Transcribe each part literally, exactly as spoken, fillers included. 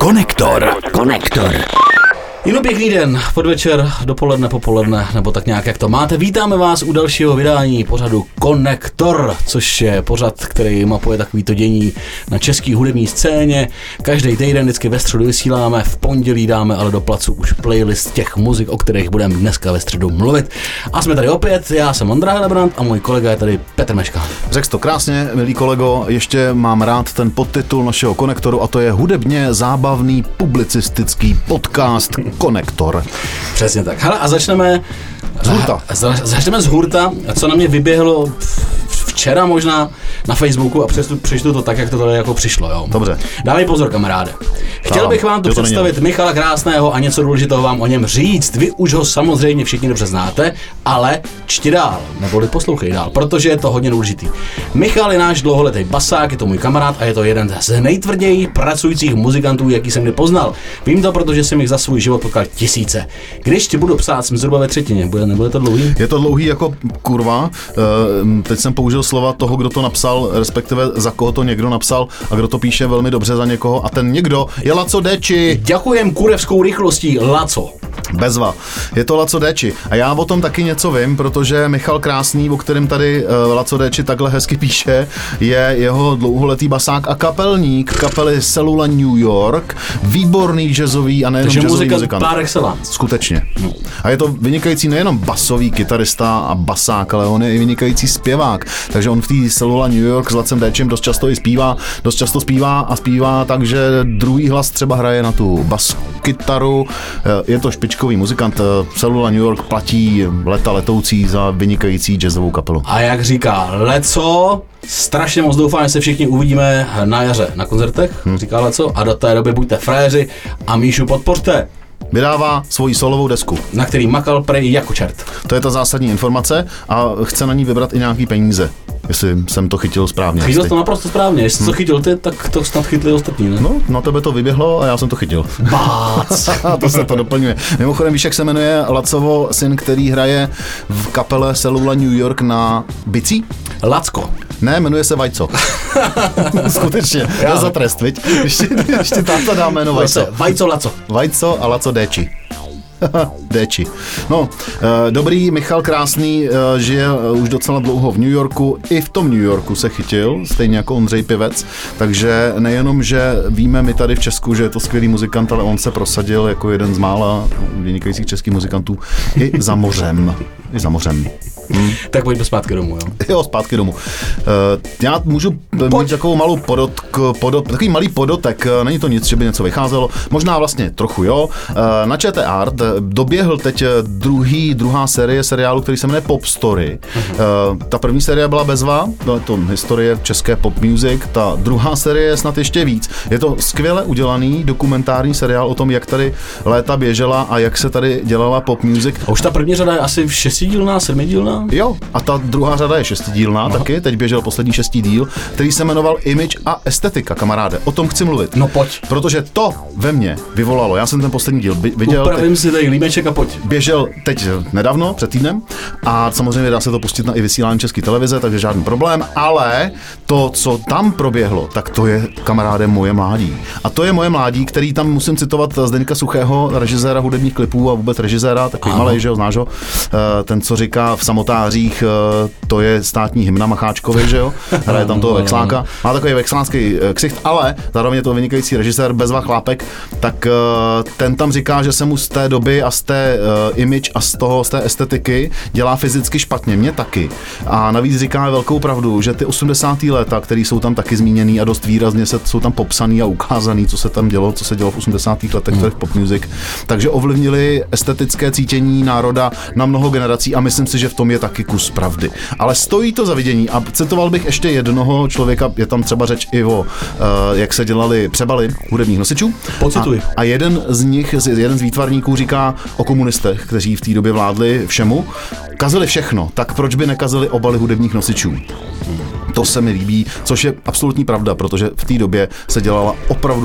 Konektor. Konektor. Jenom pěkný den, podvečer, dopoledne, popoledne, nebo tak nějak, jak to máte. Vítáme vás u dalšího vydání pořadu Konektor, což je pořad, který mapuje takovýto dění na český hudební scéně. Každý týden vždycky ve středu vysíláme, v pondělí dáme ale do placu už playlist těch muzik, o kterých budeme dneska ve středu mluvit. A jsme tady opět, já jsem Ondra Helebrant a můj kolega je tady Petr Meška. Řekl to krásně, milý kolego, ještě mám rád ten podtitul našeho Konektoru a to je hudebně zábavný publicistický podcast Konektor. Přesně tak. Hele, a začneme z hurta. Za, začneme z hurta, co na mě vyběhlo včera možná na Facebooku a přečtu, přečtu to tak, jak to tady jako přišlo. Jo. Dobře. Dávej pozor, kamaráde. Chtěl Dávám. bych vám tu to představit není. Michala Krásného a něco důležitého vám o něm říct. Vy už ho samozřejmě všichni dobře znáte, ale čti dál, neboli poslouchej dál, protože je to hodně důležitý. Michal je náš dlouholetý basák, je to můj kamarád a je to jeden z nejtvrději pracujících muzikantů, jaký jsem kdy poznal. Vím to, protože jsem jich za svůj život potkal tisíce. Když ti budu psát, jsem zhruba ve třetině, bude, nebude to dlouhý? Je to dlouhý jako kurva. Teď jsem použil slova toho, kdo to napsal, respektive za koho to někdo napsal a kdo to píše velmi dobře za někoho. A ten někdo je Laco Deči. Děkujem kurevskou rychlostí, Laco. Bezva. Je to Laco Deči. A já o tom taky něco vím, protože Michal Krásný, o kterém tady uh, Laco Deči takhle hezky píše, je jeho dlouholetý basák a kapelník kapely Cellula New York. Výborný jazzový a nejenom jazzový muzikant. muzikant par excellence. Skutečně. No. A je to vynikající nejenom basový kytarista a basák, ale on je i vynikající zpěvák. Takže on v té Cellula New York s Lacem Dečem dost často i zpívá. Dost často zpívá a zpívá tak, že druhý hlas třeba hraje na tu bas kytaru. Je to špičkový muzikant. Cellula New York platí leta letoucí za vynikající jazzovou kapelu. A jak říká Leco, strašně moc doufám, že se všichni uvidíme na jaře na koncertech, hmm. říká Leco, a do té doby buďte frajeři a Míšu podpořte. Vydává svoji solovou desku, na který makal prej jako čert. To je ta zásadní informace a chce na ní vybrat i nějaký peníze, jestli jsem to chytil správně. Chytil jsi to naprosto správně, jestli hmm. to chytil ty, tak to snad chytli ostatní, ne? No, na tebe to vyběhlo a já jsem to chytil. Bác! To se to doplňuje. Mimochodem, víš, jak se jmenuje Lacovo syn, který hraje v kapele Cellula New York na bicí? Lacko. Ne, jmenuje se Vajco. Skutečně, já za trest, viď? Ještě, ještě táta dá jméno Vajco. Vajco Laco. Vajco a Laco Deči. Deči. No, e, dobrý, Michal Krásný e, žije už docela dlouho v New Yorku. I v tom New Yorku se chytil, stejně jako Ondřej Pivec. Takže nejenom, že víme my tady v Česku, že je to skvělý muzikant, ale on se prosadil jako jeden z mála vynikajících českých muzikantů i za mořem. I za mořem. Hmm. Tak pojďme zpátky domů, jo? Jo, zpátky domů. Uh, já můžu Pojď. mít takovou malou podotk, podot, takový malý podotek, není to nic, že by něco vycházelo, možná vlastně trochu, jo. Uh, na ČT Art doběhl teď druhý, druhá série seriálu, který se jmenuje Pop Story. Uh-huh. Uh, ta první série byla bezva, no, to historie české pop music, ta druhá série je snad ještě víc. Je to skvěle udělaný dokumentární seriál o tom, jak tady léta běžela a jak se tady dělala pop music. A už ta první řada je asi šestidílná, sedmidílná? Jo, a ta druhá řada je šestidílná Aha. taky, teď běžel poslední šestý díl, který se jmenoval Image a estetika, kamaráde. O tom chci mluvit. No pojď. Protože to ve mně vyvolalo, já jsem ten poslední díl viděl. Upravím teď, si tady límeček a pojď. Běžel teď nedávno, před týdnem, a samozřejmě dá se to pustit na i vysílání České televize, takže žádný problém, ale to, co tam proběhlo, tak to je, kamaráde, moje mládí. A to je moje mládí, který tam musím citovat Zdeňka Suchého, režiséra hudebních klipů a vůbec režiséra, takový Aha. malej, že ho znáš ho, ten, co říká v Samotářích, to je státní hymna Macháčkovi, že jo, hraje tam toho Vexláka, má takový vexlánský ksicht, ale zároveň je to vynikající režisér Bezva Chlápek, tak ten tam říká, že se mu z té doby a z té uh, image a z toho, z té estetiky dělá fyzicky špatně, mě taky. A navíc říká velkou pravdu, že ty osmdesátá léta, které jsou tam taky zmíněný a dost výrazně se, jsou tam popsaný a ukázaný, co se tam dělo, co se dělo v osmdesátých letech hmm. v pop music, takže ovlivnili estetické cítění národa na mnoho generací a myslím si, že v tom je taky kus pravdy. Ale stojí to za vidění a citoval bych ještě jednoho člověka, je tam třeba řeč i o, uh, jak se dělali přebaly hudebních nosičů. Pocituj. A, a jeden z nich, jeden z výtvarníků říká o komunistech, kteří v té době vládli všemu, kazili všechno, tak proč by nekazili obaly hudebních nosičů? To se mi líbí, což je absolutní pravda, protože v té době se dělala opravdu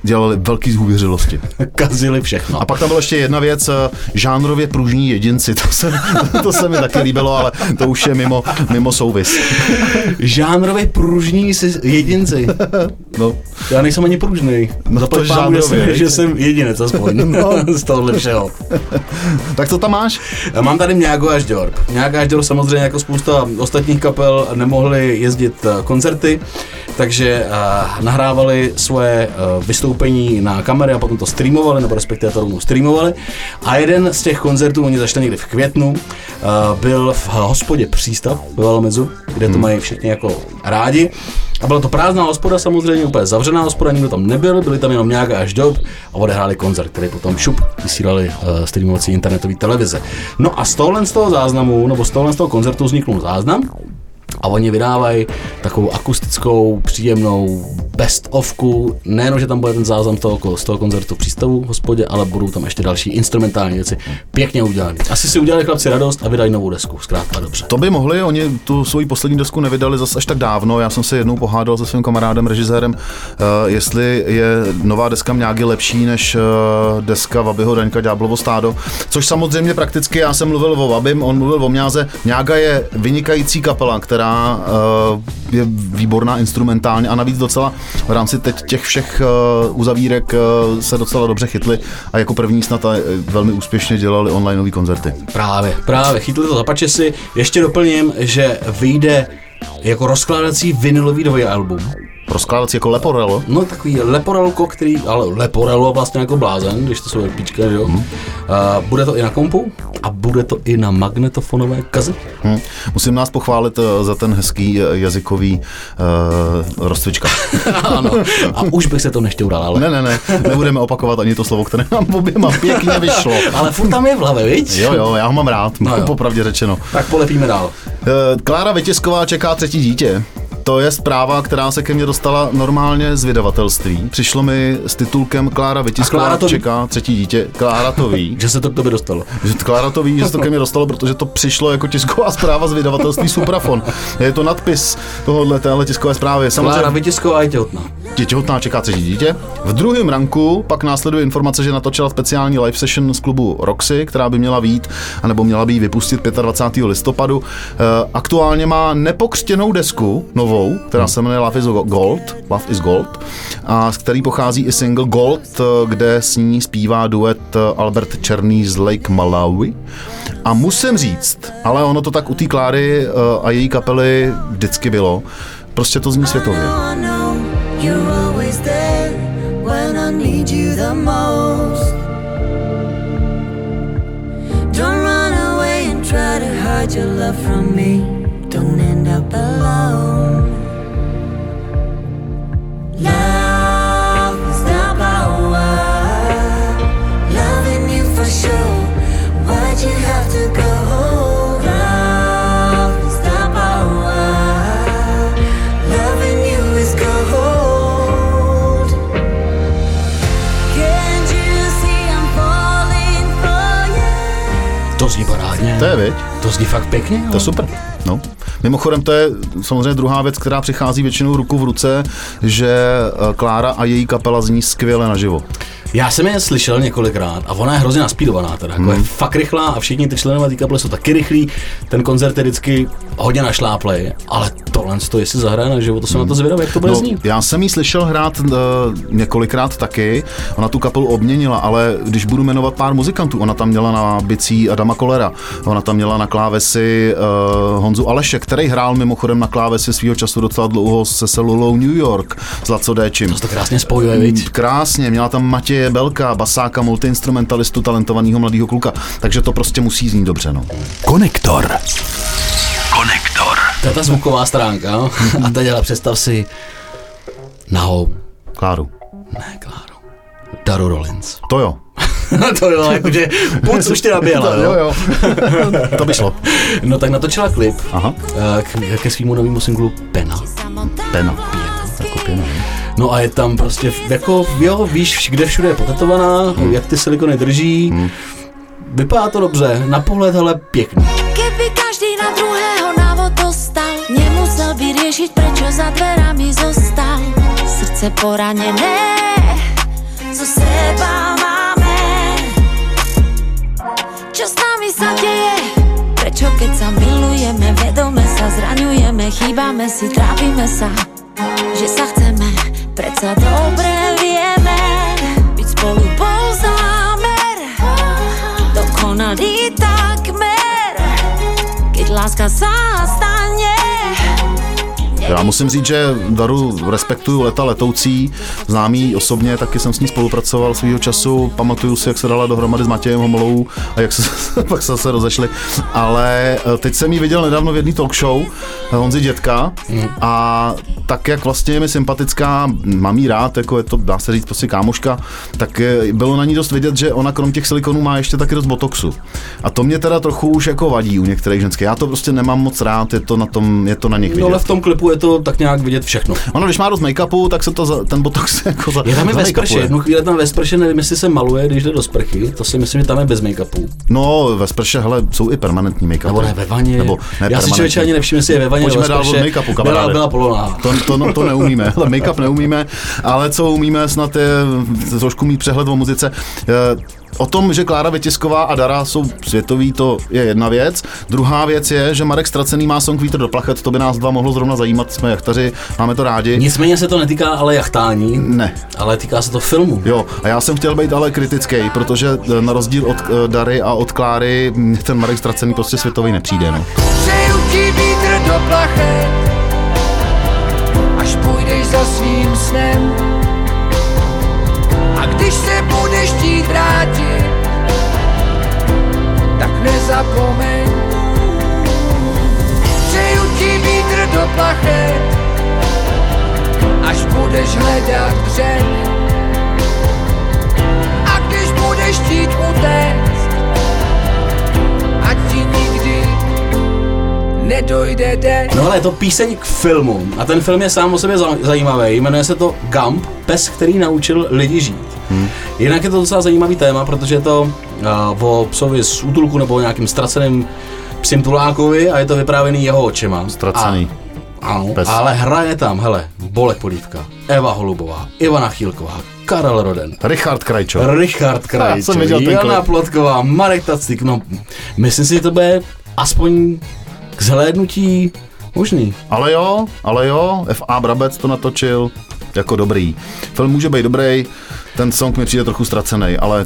dělali velký zhůvěřilosti. Kazili všechno. A pak tam byla ještě jedna věc, žánrově pružní jedinci, to se, to se mi taky líbilo, ale to už je mimo, mimo souvis. Žánrově pružní jedinci. No. Já nejsem ani pružnej. No Zaplať to pámu, že žánrově, jsem, že jsem jedinec aspoň. No. Z tohohle všeho. Tak to tam máš? Mám tady Mňágo až Ďorb. Mňágo až Ďorb samozřejmě jako spousta ostatních kapel nemohli jezdit koncerty, takže uh, nahrávali svoje uh, vystoupení na kamery a potom to streamovali, nebo respektive to rovnou streamovali. A jeden z těch koncertů, oni začali někdy v květnu, uh, byl v hospodě Přístav ve Valmezu, kde to hmm. mají všichni jako rádi. A byla to prázdná hospoda, samozřejmě úplně zavřená hospoda, nikdo tam nebyl, byli tam jenom Mňága až Ďorb a odehráli koncert, který potom šup vysílali uh, streamovací internetové televize. No a z tohohle z toho záznamu, nebo z tohohle z toho koncertu vzniknul záznam, a oni vydávají takovou akustickou, příjemnou best-ofku. Nejenom, že tam bude ten záznam z toho, z toho koncertu v Přístavu v hospodě, ale budou tam ještě další instrumentální věci. Pěkně udělané. Asi si udělali chlapci radost a vydají novou desku. Zkrátka dobře. To by mohli, oni tu svoji poslední desku nevydali zase až tak dávno. Já jsem se jednou pohádal se svým kamarádem, režisérem, uh, jestli je nová deska Mňágy lepší než uh, deska Vabyho Daňka Ďáblovo stádo. Což samozřejmě prakticky, já jsem mluvil o Vabym, on mluvil o Mňáze. Mňága je vynikající kapela, která uh, je výborná instrumentálně a navíc docela v rámci teď těch všech uh, uzavírek uh, se docela dobře chytli a jako první snad a velmi úspěšně dělali onlineový koncerty. Právě, právě, chytli to za pačesy. Ještě doplním, že vyjde jako rozkládací vinylový dvojalbum. Rozkládací jako Leporello? No takový Leporelko, který, ale Leporello vlastně jako blázen, když to jsou píčka, že jo. Hmm. Uh, bude to i na kompu a bude to i na magnetofonové kazetě. Hmm. Musím nás pochválit za ten hezký jazykový uh, rozcvička. Ano, a už bych se to nešťoural, ale... Ne, ne, ne, nebudeme opakovat ani to slovo, které nám oběma pěkně vyšlo. Ale furt tam je v hlavě, viď? Jo, jo, já ho mám rád, no popravdě řečeno. Tak polepíme dál. Uh, Klára Vytisková čeká třetí dítě. To je zpráva, která se ke mně dostala normálně z vydavatelství. Přišlo mi s titulkem Klára Vytisková čeká třetí dítě. Klára to ví. Že se to k tobě dostalo. Že Klára to ví, že se to ke mně dostalo, protože to přišlo jako tisková zpráva z vydavatelství Suprafon. Je to nadpis tohohle téhle tiskové zprávy. Samozřejmě Klára Vytisková je těhotná. Je těhotná, čeká třetí dítě. V druhém ranku pak následuje informace, že natočila speciální live session z klubu Roxy, která by měla být, anebo měla by ji vypustit dvacátého pátého listopadu. Aktuálně má nepokřtěnou desku, novou, která se jmenuje Love is Gold, Love is Gold, a z který pochází i single Gold, kde s ní zpívá duet Albert Černý z Lake Malawi. A musím říct, ale ono to tak u té Kláry a její kapely vždycky bylo, prostě to zní světově. Don't end up alone. Love is the power. Loving you for sure. Why'd you have to go? Love is the power. Loving you is gold. Can't you see I'm falling for you? To zní parádně. To je, viď? To zní fakt pěkně. To je super. No. Mimochodem to je samozřejmě druhá věc, která přichází většinou ruku v ruce, že Klára a její kapela zní skvěle naživo. Já jsem je slyšel několikrát a ona je hrozně naspídovaná teda, jako hmm. je fakt rychlá a všichni ty členové té kapely jsou taky rychlí, ten koncert je vždycky hodně našláplej, ale tohle to jestli zahraje na živo, to jsem hmm. na to zvědavý, jak to bude no, znít. Já jsem jí slyšel hrát uh, několikrát taky, ona tu kapelu obměnila, ale když budu jmenovat pár muzikantů, ona tam měla na bicí Adama Kolera, ona tam měla na klávesi uh, Honzu Aleše, který hrál mimochodem na klávesi svýho času docela dlouho se celulou New York s Laco Déčim. To se to krásně spojuje, viď? Krásně, měla tam Matěje Belka, basáka, multiinstrumentalistu, talentovaného mladého kluka, takže to prostě musí znít dobře, no. Konektor. Konektor. To je ta zvuková stránka, no? A teď ale představ si nahou. Kláru. Ne, Kláru. Daru Rollins. To jo. To jo, jakože půc už tě naběla, jo, jo. To by šlo. No tak natočila klip. Aha. K, ke svýmu novému singlu Pena. Pena. Jako pěna, no a je tam prostě, jako, jo, víš, kde všude je potetovaná, hmm. jak ty silikony drží. Hmm. Vypadá to dobře, na pohled, hele, pěkný. Keby každý na druhého návod dostal, nemusel by riešiť, prečo za dverami zostal. Srdce poranené, co seba máme. Čo s nami sa deje? Prečo keď sa milujeme, vedome sa zraňujeme, chýbame si, trápime sa, že sa chceme, predsa dobre vieme, byť spolu bol zámer, dokonalý takmer, keď láska sa stane. Já musím říct, že Daru respektuju leta letoucí, známý osobně, taky jsem s ní spolupracoval svýho času, pamatuju si, jak se dala dohromady s Matějem Homolou a jak se pak se, se rozešli, ale teď jsem ji viděl nedávno v jedné talk show Honzi Dětka a tak, jak vlastně je mi sympatická, mám jí rád, jako je to, dá se říct, prostě kámoška, tak bylo na ní dost vidět, že ona krom těch silikonů má ještě taky dost botoxu. A to mě teda trochu už jako vadí u některých ženských. Já to prostě nemám moc rád, je to na tom, je to na nich vidět. No, ale v tom klipu je to tak nějak vidět všechno. Ono, když má dost make-upu, tak se to za, ten botox jako za, je tam je ve sprše, jednu chvíli tam ve sprše, nevím, jestli se maluje, když jde do sprchy, to si myslím, že tam je bez make-upu. No, ve sprše, hele, jsou i permanentní make-upy. Nebo ne, ve vaně. Nebo ne, já si člověče ani nevšiml, jestli je ve vaně. Pojďme dál od make-upu, kamaráde. Byla, byla poloná. To, to, no, to neumíme, ale make-up neumíme, ale co umíme, snad je trošku mít přehled o muzice. O tom, že Klára Vytisková a Dara jsou světoví, to je jedna věc. Druhá věc je, že Marek Ztracený má song Vítr do plachet, to by nás dva mohlo zrovna zajímat, jsme jachtaři, máme to rádi. Nicméně se to netýká ale jachtání, ne. Ale týká se to filmu. Jo, a já jsem chtěl být ale kritický, protože na rozdíl od Dary a od Kláry ten Marek Ztracený prostě světový nepřijde. No. Přeju ti vítr do plachet, až půjdeš za svým snem. A když se budeš chtít vrátit, tak nezapomeň. Přeju ti vítr do plachet, až budeš hledat břeh. A když budeš chtít utéct, ať ti nikdy nedojde den. No ale je to píseň k filmu a ten film je sám o sobě zajímavý, jmenuje se to Gump, pes, který naučil lidi žít. Hmm. Jinak je to docela zajímavý téma, protože je to uh, o psovi z útulku nebo o nějakým ztraceným psím tulákovi a je to vyprávěný jeho očima. Ztracený. A, ano, pes. Ale hraje tam, hele, Bolek Polívka, Eva Holubová, Ivana Chýlková, Karel Roden, Richard Krajčo, Richard Krajčo, Jana Plotková, Marek Tacik, no myslím si, že to bude aspoň k zhlédnutí možný. Ale jo, ale jo, F A Brabec to natočil jako dobrý. Film může být dobrý, ten song mi přijde trochu ztracený, ale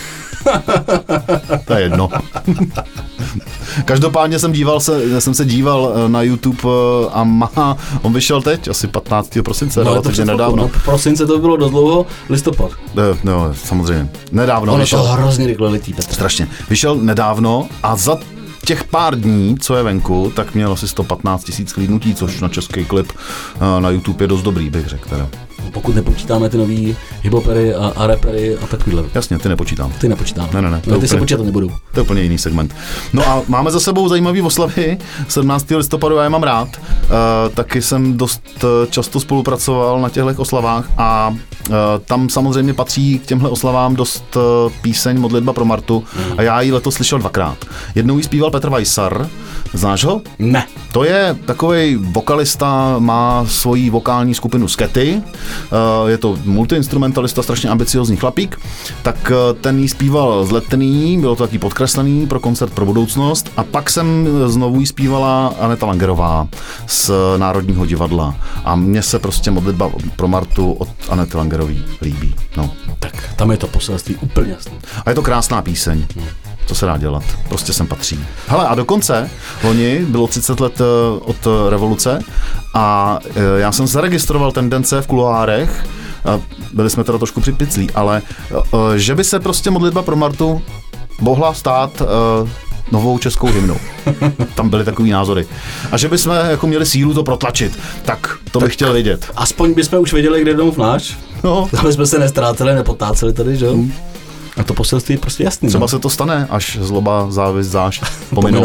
to je jedno. Každopádně jsem díval se, jsem se díval na YouTube a má, on vyšel teď, asi patnáctého prosince, no, relativně nedávno. No, prosince to bylo dost dlouho, listopad. No, no samozřejmě, nedávno ono vyšel. Ono to hrozně rychle letí. Petr. Strašně. Vyšel nedávno a za těch pár dní, co je venku, tak měl asi sto patnáct tisíc klidnutí, což na český klip na YouTube je dost dobrý, bych řekl teda. Pokud nepočítáme ty nový hiphopery a, a rapery a takovýhle. Jasně, ty nepočítám. Ty nepočítám. Ne, ne, ne. No, ty se počítat nebudou. To je úplně jiný segment. No a máme za sebou zajímavý oslavy. sedmnáctého listopadu, já je mám rád. Uh, taky jsem dost často spolupracoval na těchto oslavách a uh, tam samozřejmě patří k těmhle oslavám dost uh, píseň Modlitba pro Martu mm. a já ji letos slyšel dvakrát. Jednou ji zpíval Petr Weissar. Znáš ho? Ne. To je takovej vokalista, má svoji vokální skupinu Skety. Uh, je to multiinstrumentalista, strašně ambiciozní chlapík. Tak uh, ten jí zpíval z Letný, bylo to taky podkreslený pro koncert pro budoucnost. A pak jsem znovu jí zpívala Aneta Langerová z Národního divadla. A mně se prostě Modlitba pro Martu od Anety Langerový líbí. No. Tak tam je to poselství úplně jasné. A je to krásná píseň. Hmm. Co se dá dělat? Prostě sem patří. Hele, a dokonce loni bylo třicet let od revoluce a já jsem zaregistroval tendence v kuloárech, byli jsme teda trošku připiclí, ale že by se prostě Modlitba pro Martu mohla stát novou českou hymnou. Tam byly takový názory. A že bychom jako měli sílu to protlačit, tak to tak bych chtěl vidět. Aspoň bychom už věděli, kde je domov náš. No. Aby jsme se nestráceli, nepotáceli tady, že jo? Hmm. A to poselství je prostě jasný. Třeba no? se to stane, až zloba, závist, zášť pominou. pominou.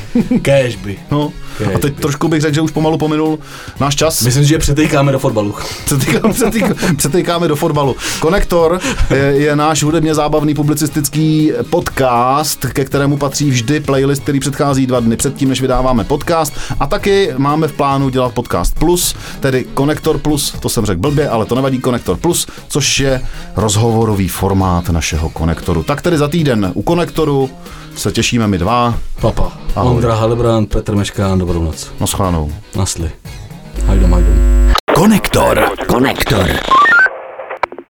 Kéžby. No. A teď trošku bych řekl, že už pomalu pominul náš čas. Myslím, že přetejkáme do fotbalu. Přetejkáme, přetejkáme, přetejkáme do fotbalu. Konektor je, je náš hudebně zábavný publicistický podcast, ke kterému patří vždy playlist, který předchází dva dny předtím, než vydáváme podcast. A taky máme v plánu dělat podcast plus, tedy Konektor plus, to jsem řekl blbě, ale to nevadí, Konektor plus, což je rozhovorový formát našeho Konektoru. Tak tedy za týden u Konektoru se těšíme my dva. Papa. Ahoj. Ondra Halebrant, Petr Meškán, dobrou noc. Naschledanou. Nasli. Hajdom, hajdom. Konektor. Konektor.